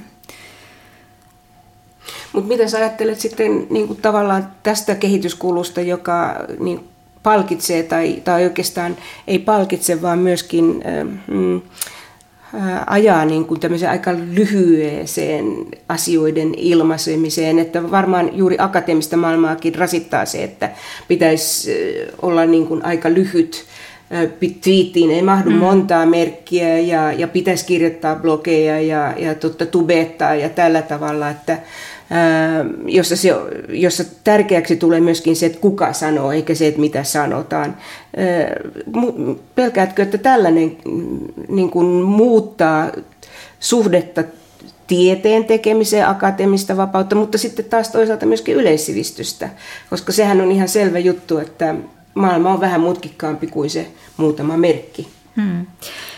Mutta mitä sä ajattelet sitten niin kuin tavallaan tästä kehityskulusta, joka niin palkitsee tai, tai oikeastaan ei palkitse, vaan myöskin ähm, äh, ajaa niin kuin tämmöiseen aika lyhyeseen asioiden ilmaisemiseen, että varmaan juuri akateemista maailmaakin rasittaa se, että pitäisi olla niin kuin aika lyhyt. Twiittiin ei mahdu mm. montaa merkkiä ja, ja pitäisi kirjoittaa blogeja ja, ja totta, tubettaa ja tällä tavalla, että ää, jossa, se, jossa tärkeäksi tulee myöskin se, että kuka sanoo, eikä se, että mitä sanotaan. Ää, pelkäätkö, että tällainen niin kuin muuttaa suhdetta tieteen tekemiseen, akateemista vapautta, mutta sitten taas toisaalta myöskin yleissivistystä, koska sehän on ihan selvä juttu, että maailma on vähän mutkikkaampi kuin se muutama merkki. Hmm.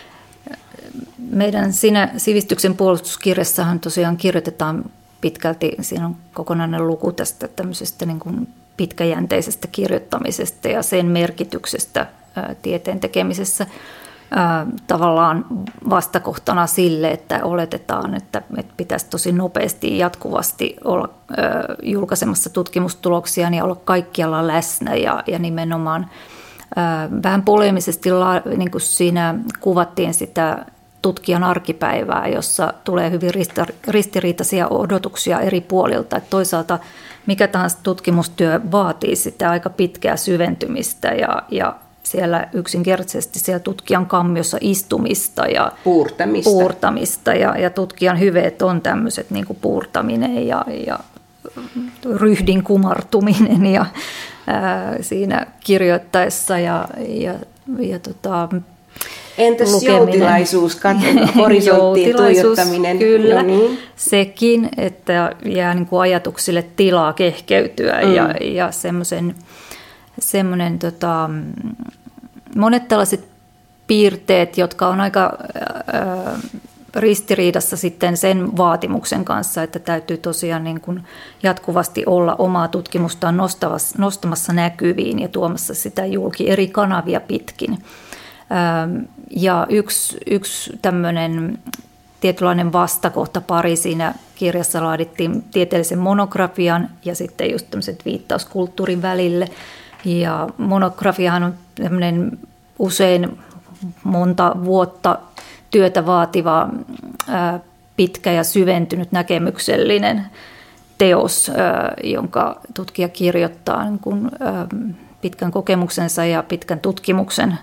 Meidän siinä sivistyksen puolustuskirjassahan tosiaan kirjoitetaan pitkälti, siinä on kokonainen luku tästä tämmöisestä niin kuin pitkäjänteisestä kirjoittamisesta ja sen merkityksestä ää, tieteen tekemisessä. Ää, tavallaan vastakohtana sille, että oletetaan, että, että pitäisi tosi nopeasti jatkuvasti olla ää, julkaisemassa tutkimustuloksia ja olla kaikkialla läsnä ja, ja nimenomaan ää, vähän poleemisesti la, niin kuin siinä kuvattiin sitä tutkijan arkipäivää, jossa tulee hyvin ristiriitaisia odotuksia eri puolilta. Että toisaalta mikä tahansa tutkimustyö vaatii sitä aika pitkää syventymistä ja, ja siellä yksinkertaisesti siellä tutkijan kammiossa istumista ja puurtamista, puurtamista ja, ja tutkijan hyveet on tämmöiset niin kuin puurtaminen ja, ja ryhdin kumartuminen ja ää, siinä kirjoittaessa ja, ja, ja tota, entäs lukeminen. Joutilaisuus, horisonttiin tuijottaminen? Kyllä, no niin. Sekin, että jää niin kuin ajatuksille tilaa kehkeytyä mm. ja, ja semmoisen semmoinen, tota, monet tällaiset piirteet, jotka on aika ää, ristiriidassa sitten sen vaatimuksen kanssa, että täytyy tosiaan niin kuin jatkuvasti olla omaa tutkimustaan nostamassa näkyviin ja tuomassa sitä julki eri kanavia pitkin. Ää, ja yksi, yksi tämmöinen tietynlainen vastakohta pari. Siinä kirjassa laadittiin tieteellisen monografian ja sitten just tämmöiset viittauskulttuurin välille. Ja monografiahan on tämmöinen usein monta vuotta työtä vaativa, ää, pitkä ja syventynyt näkemyksellinen teos, ää, jonka tutkija kirjoittaa niin kun, ää, pitkän kokemuksensa ja pitkän tutkimuksen,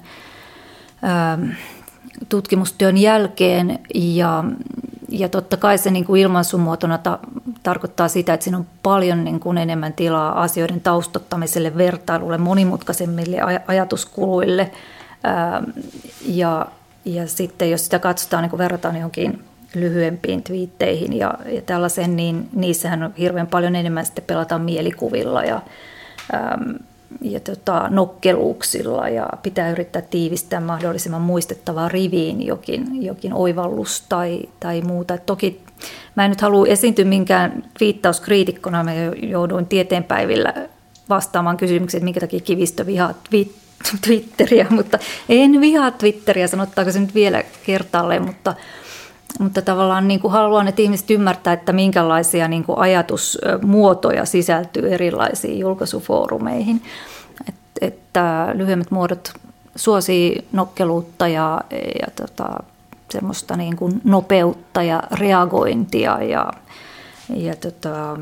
ää, tutkimustyön jälkeen. Ja, ja totta kai se niin kuin ilmaisumuotona ta- tarkoittaa sitä, että siinä on paljon niin kuin enemmän tilaa asioiden taustottamiselle, vertailulle, monimutkaisemmille aj- ajatuskuluille. Ää, ja, ja sitten jos sitä katsotaan, niin kuin verrataan johonkin lyhyempiin twiitteihin ja, ja tällaisen, niin niissähän on hirveän paljon enemmän sitten pelataan mielikuvilla ja, äm, ja tota, nokkeluuksilla ja pitää yrittää tiivistää mahdollisimman muistettavaa riviin jokin, jokin oivallus tai, tai muuta. Et toki mä en nyt halua esiintyä minkään viittauskriitikkona, mä jouduin tieteenpäivillä vastaamaan kysymyksiin, että minkä takia Kivistö vihaa Twitteriä, mutta en vihaa Twitteriä, sanottaako se nyt vielä kertaalleen, mutta Mutta tavallaan niin kuin haluan, että ihmiset ymmärtää, että minkälaisia niin kuin ajatusmuotoja sisältyy erilaisiin julkaisufoorumeihin. Et, että lyhyemmät muodot suosii nokkeluutta ja, ja tota, semmoista niin kuin nopeutta ja reagointia ja, ja tota,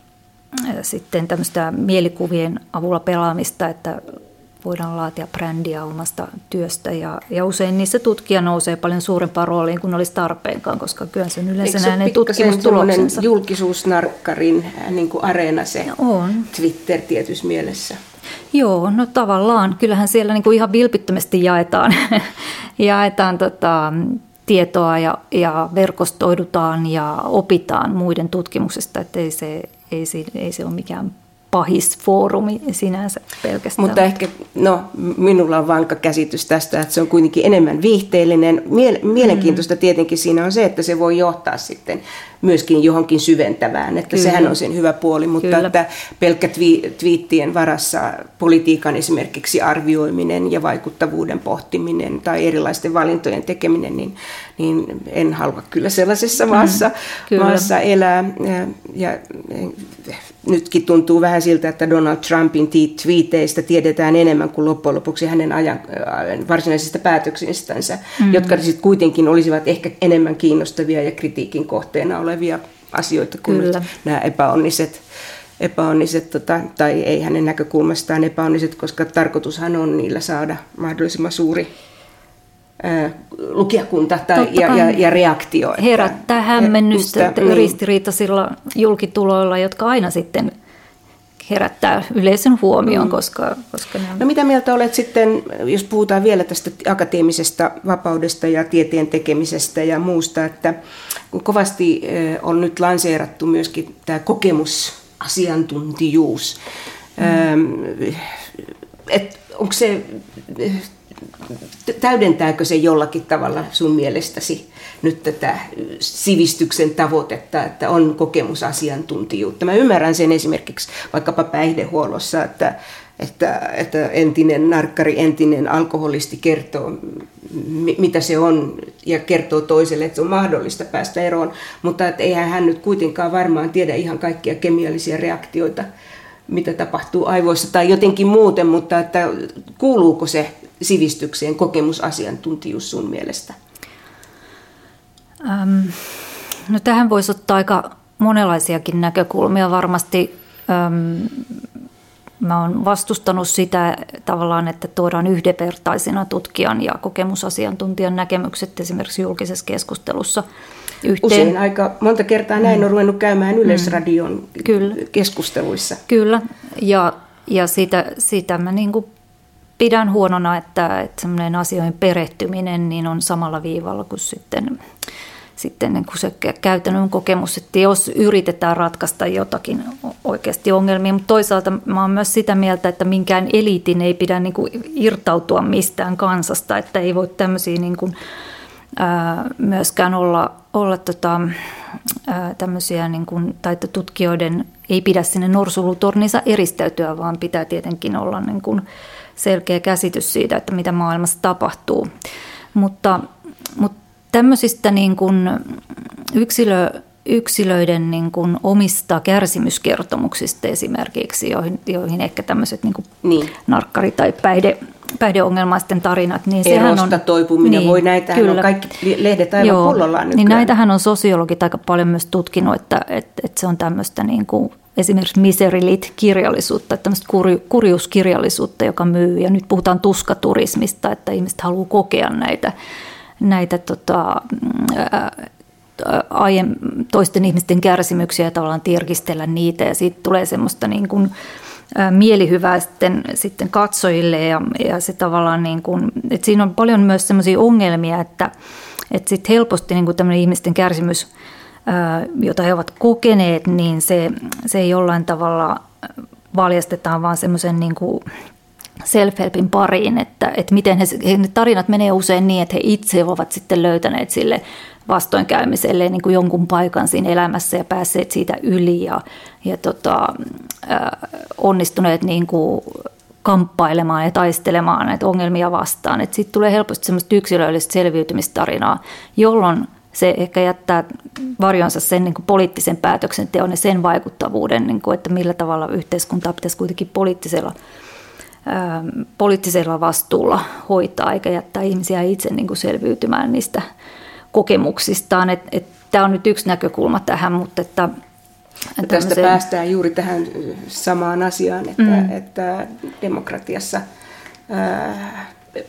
sitten tämmöistä mielikuvien avulla pelaamista, että voidaan laatia brändiä omasta työstä ja, ja usein niissä tutkija nousee paljon suurempaan rooliin kuin olisi tarpeenkaan, koska kyllä se on yleensä näin tutkimustuloksensa. Julkisuusnarkkarin niin kuin areena se on. Twitter tietyssä mielessä. Joo, no tavallaan. Kyllähän siellä niin kuin ihan vilpittömästi jaetaan, jaetaan tota, tietoa ja, ja verkostoidutaan ja opitaan muiden tutkimuksesta, että ei se, ei se, ei se ole mikään pahis foorumi sinänsä pelkästään. Mutta ehkä, no minulla on vankka käsitys tästä, että se on kuitenkin enemmän viihteellinen. Mielenkiintoista tietenkin siinä on se, että se voi johtaa sitten myöskin johonkin syventävään, että Kyllä. sehän on sen hyvä puoli, mutta Kyllä. että pelkkä twiittien varassa politiikan esimerkiksi arvioiminen ja vaikuttavuuden pohtiminen tai erilaisten valintojen tekeminen, niin, niin en halua kyllä sellaisessa maassa, mm, maassa elää. Ja, ja nytkin tuntuu vähän siltä, että Donald Trumpin twiiteistä tiedetään enemmän kuin loppujen lopuksi hänen ajan, varsinaisista päätöksistänsä, mm. jotka sitten kuitenkin olisivat ehkä enemmän kiinnostavia ja kritiikin kohteena olevia asioita kuin nyt nämä epäonniset, epäonniset tota, tai ei hänen näkökulmastaan epäonniset, koska tarkoitushan on niillä saada mahdollisimman suuri ää, lukijakunta tai, ja, ja, ja reaktio. Herättää että, hämmennystä että, niin. ristiriitaisilla julkituloilla, jotka aina sitten herättää yleisön huomioon, mm. koska, koska ne on... No mitä mieltä olet sitten, jos puhutaan vielä tästä akateemisesta vapaudesta ja tieteen tekemisestä ja muusta, että kovasti on nyt lanseerattu myöskin tämä kokemusasiantuntijuus. Mm. Et onko se, täydentääkö se jollakin tavalla sun mielestäsi nyt tätä sivistyksen tavoitetta, että on kokemusasiantuntijuutta? Mä ymmärrän sen esimerkiksi vaikkapa päihdehuollossa, että, että, että entinen narkkari, entinen alkoholisti kertoo, mitä se on, ja kertoo toiselle, että se on mahdollista päästä eroon, mutta että eihän hän nyt kuitenkaan varmaan tiedä ihan kaikkia kemiallisia reaktioita, mitä tapahtuu aivoissa tai jotenkin muuten, mutta että kuuluuko se sivistykseen kokemusasiantuntijuus sun mielestä? Ähm, no tähän voisi ottaa aika monenlaisiakin näkökulmia. Varmasti ähm, mä oon vastustanut sitä tavallaan, että tuodaan yhdenvertaisina tutkijan ja kokemusasiantuntijan näkemykset esimerkiksi julkisessa keskustelussa yhteen. Usein aika monta kertaa näin mm. on ruvennut käymään Yleisradion Kyllä. keskusteluissa. Kyllä, ja, ja sitä, sitä mä niin kuin pidän huonona, että, että semmoinen asioihin perehtyminen niin on samalla viivalla kuin sitten, sitten niin kuin se käytännön kokemus, että jos yritetään ratkaista jotakin oikeasti ongelmia, mutta toisaalta mä oon myös sitä mieltä, että minkään eliitin ei pidä niin kuin irtautua mistään kansasta, että ei voi tämmöisiä niin kuin, ää, myöskään olla, olla tota, ää, tämmöisiä, niin kuin, tai että tutkijoiden ei pidä sinne norsulutorninsa eristäytyä, vaan pitää tietenkin olla niin kuin selkeä käsitys siitä, että mitä maailmassa tapahtuu. Mutta, mutta tämmöisistä niin kuin yksilö, yksilöiden niin kuin omista kärsimyskertomuksista esimerkiksi, joihin, joihin ehkä tämmöiset niin kuin niin. narkkari- tai päihde, päihdeongelmaisten tarinat. Niin Erosta toipuminen, niin, voi näitähän kyllä. on kaikki lehdet aivan Joo, pullollaan nykyään. Niin näitähän on sosiologit aika paljon myös tutkinut, että, että, että se on tämmöistä niin kuin esimerkiksi misery lit-kirjallisuutta, tämmöistä kurjuuskirjallisuutta, joka myy. Ja nyt puhutaan tuskaturismista, että ihmiset haluaa kokea näitä, näitä tota, aiem, toisten ihmisten kärsimyksiä ja tavallaan tirkistellä niitä. Ja siitä tulee semmoista niin kuin mielihyvää sitten, sitten katsojille. Ja, ja se tavallaan niin kuin, että siinä on paljon myös semmoisia ongelmia, että, että sitten helposti niin kuin tämmöinen ihmisten kärsimys, jota he ovat kokeneet, niin se, se ei jollain tavalla valjastetaan vaan semmoisen niin kuin self-helpin pariin, että, että miten he, ne tarinat menee usein niin, että he itse ovat sitten löytäneet sille vastoinkäymiselle niin kuin jonkun paikan siinä elämässä ja päässeet siitä yli ja, ja tota, äh, onnistuneet niin kuin kamppailemaan ja taistelemaan näitä ongelmia vastaan. Että siitä tulee helposti semmoista yksilöllistä selviytymistarinaa, jolloin se ehkä jättää varjonsa sen niin kuin poliittisen päätöksenteon ja sen vaikuttavuuden, niin kuin, että millä tavalla yhteiskuntaa pitäisi kuitenkin poliittisella, ää, poliittisella vastuulla hoitaa, eikä jättää ihmisiä itse niin kuin selviytymään niistä kokemuksistaan. Et, et, tämä on nyt yksi näkökulma tähän, mutta että tästä tämmöisen päästään juuri tähän samaan asiaan, että, mm. että demokratiassa ää,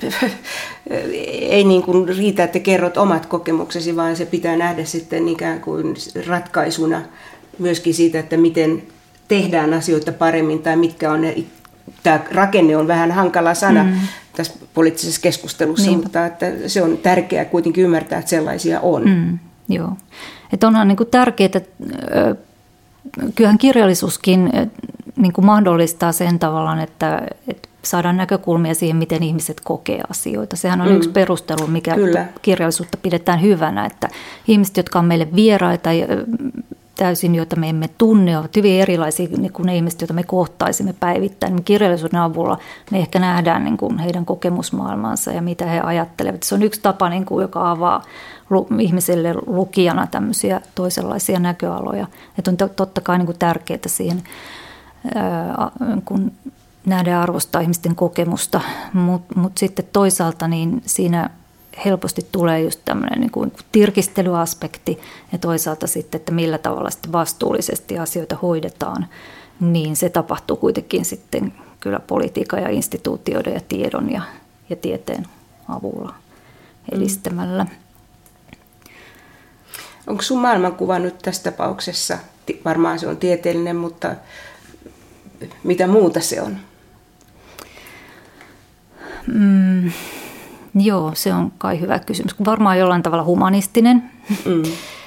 ei niin kuin riitä, että kerrot omat kokemuksesi, vaan se pitää nähdä sitten ikään kuin ratkaisuna myöskin siitä, että miten tehdään asioita paremmin tai mitkä on ne. Tämä rakenne on vähän hankala sana mm. tässä poliittisessa keskustelussa, Niinpä. Mutta että se on tärkeää kuitenkin ymmärtää, että sellaisia on. Mm, joo. Että onhan niin kuin tärkeää, että kyllähän kirjallisuuskin niin kuin mahdollistaa sen tavallaan, että, että saadaan näkökulmia siihen, miten ihmiset kokee asioita. Sehän on mm. yksi perustelu, mikä Kyllä. kirjallisuutta pidetään hyvänä, että ihmiset, jotka on meille vieraita täysin, joita me emme tunne, ovat hyvin erilaisia kuin ne ihmiset, joita me kohtaisimme päivittäin. Niin kirjallisuuden avulla me ehkä nähdään niin kuin heidän kokemusmaailmansa ja mitä he ajattelevat. Se on yksi tapa, niin kuin, joka avaa ihmiselle lukijana tämmöisiä toisenlaisia näköaloja. Että on totta kai niin kuin tärkeää siihen, kun nähdään arvostaa ihmisten kokemusta, mutta mut sitten toisaalta niin siinä helposti tulee just tämmöinen niin kuin tirkistelyaspekti ja toisaalta sitten, että millä tavalla sitten vastuullisesti asioita hoidetaan, niin se tapahtuu kuitenkin sitten kyllä politiikan ja instituutioiden ja tiedon ja, ja tieteen avulla edistämällä. Onko sun maailmankuva nyt tässä tapauksessa, varmaan se on tieteellinen, mutta mitä muuta se on? Mm. Joo, se on kai hyvä kysymys. Varmaan jollain tavalla humanistinen. Mm.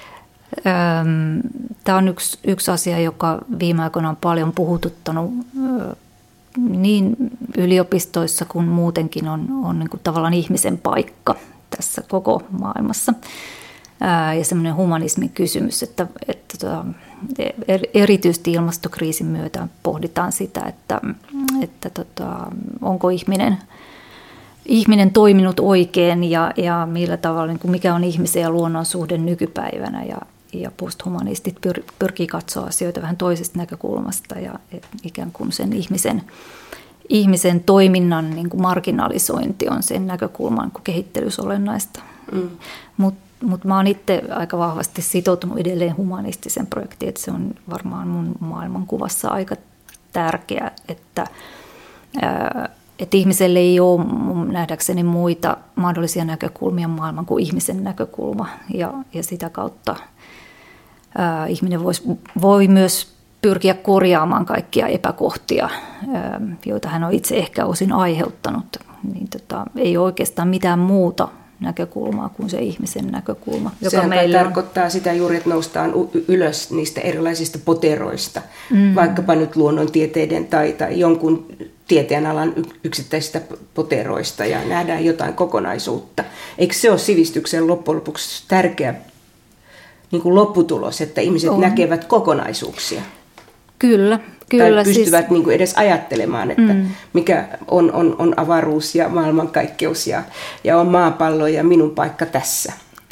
Tämä on yksi, yksi asia, joka viime aikoina on paljon puhututtanut niin yliopistoissa kuin muutenkin on, on niin kuin tavallaan ihmisen paikka tässä koko maailmassa. Ja semmoinen humanismin kysymys, että, että erityisesti ilmastokriisin myötä pohditaan sitä, että, että tota, onko ihminen ihminen toiminut oikein ja, ja millä tavalla, niin kuin mikä on ihmisen ja luonnon suhde nykypäivänä. Ja, ja posthumanistit pyr, pyrkii katsoa asioita vähän toisesta näkökulmasta ja ikään kuin sen ihmisen, ihmisen toiminnan niin kuin marginalisointi on sen näkökulman kuin kehittelyssä olennaista. Mm. Mutta mut mä oon itse aika vahvasti sitoutunut edelleen humanistisen projektiin, että se on varmaan mun maailmankuvassa aika tärkeä, että ää, että ihmiselle ei ole nähdäkseni muita mahdollisia näkökulmia maailman kuin ihmisen näkökulma. Ja, ja sitä kautta ää, ihminen vois, voi myös pyrkiä korjaamaan kaikkia epäkohtia, ää, joita hän on itse ehkä osin aiheuttanut. Niin tota, ei ole oikeastaan mitään muuta näkökulmaa kuin se ihmisen näkökulma. Joka Sehän meillä tarkoittaa on sitä juuri, että noustaan ylös niistä erilaisista poteroista, mm. vaikkapa nyt luonnontieteiden tai, tai jonkun tieteenalan yksittäisistä poteroista ja nähdään jotain kokonaisuutta. Eikö se ole sivistyksen loppujen lopuksi tärkeä niin kuin lopputulos, että ihmiset on. näkevät kokonaisuuksia? Kyllä, kyllä. Tai pystyvät siis niin kuin edes ajattelemaan, että mm. mikä on, on, on avaruus ja maailmankaikkeus ja, ja on maapallo ja minun paikka tässä.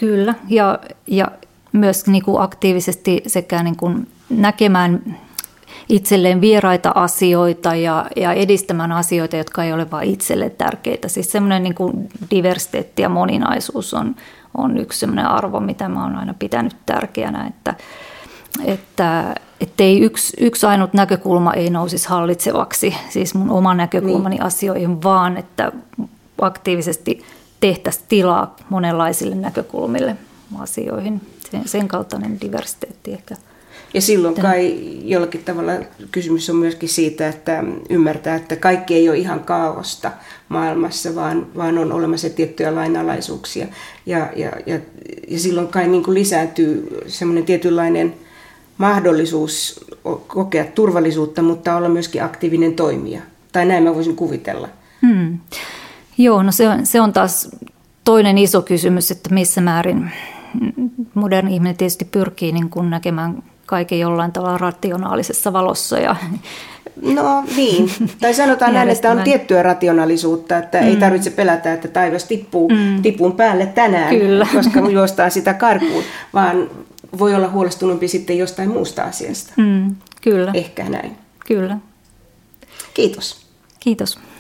Kyllä, ja, ja myös niin kuin aktiivisesti sekä niin kuin näkemään itselleen vieraita asioita ja, ja edistämään asioita, jotka ei ole vain itselle tärkeitä. Siis semmoinen niin kuin diversiteetti ja moninaisuus on, on yksi semmoinen arvo, mitä mä oon aina pitänyt tärkeänä, että, että ettei yksi, yksi ainut näkökulma ei nousisi hallitsevaksi, siis mun oma näkökulmani niin. asioihin, vaan että aktiivisesti tehtäisiin tilaa monenlaisille näkökulmille asioihin. Sen, sen kaltainen diversiteetti ehkä. Ja silloin kai jollakin tavalla kysymys on myöskin siitä, että ymmärtää, että kaikki ei ole ihan kaaosta maailmassa, vaan, vaan on olemassa tiettyjä lainalaisuuksia. Ja, ja, ja, ja silloin kai niin kuin lisääntyy semmoinen tietynlainen mahdollisuus kokea turvallisuutta, mutta olla myöskin aktiivinen toimija. Tai näin mä voisin kuvitella. Hmm. Joo, no se on, se on taas toinen iso kysymys, että missä määrin moderni ihminen tietysti pyrkii niin kuin näkemään kaiken jollain tavalla rationaalisessa valossa. Ja no niin, tai sanotaan näin, että on tiettyä rationaalisuutta, että mm. ei tarvitse pelätä, että taivas tippuu mm. tipun päälle tänään, Kyllä. koska juostaan sitä karkuun, vaan voi olla huolestunumpi sitten jostain muusta asiasta. Mm. Kyllä. Ehkä näin. Kyllä. Kiitos. Kiitos.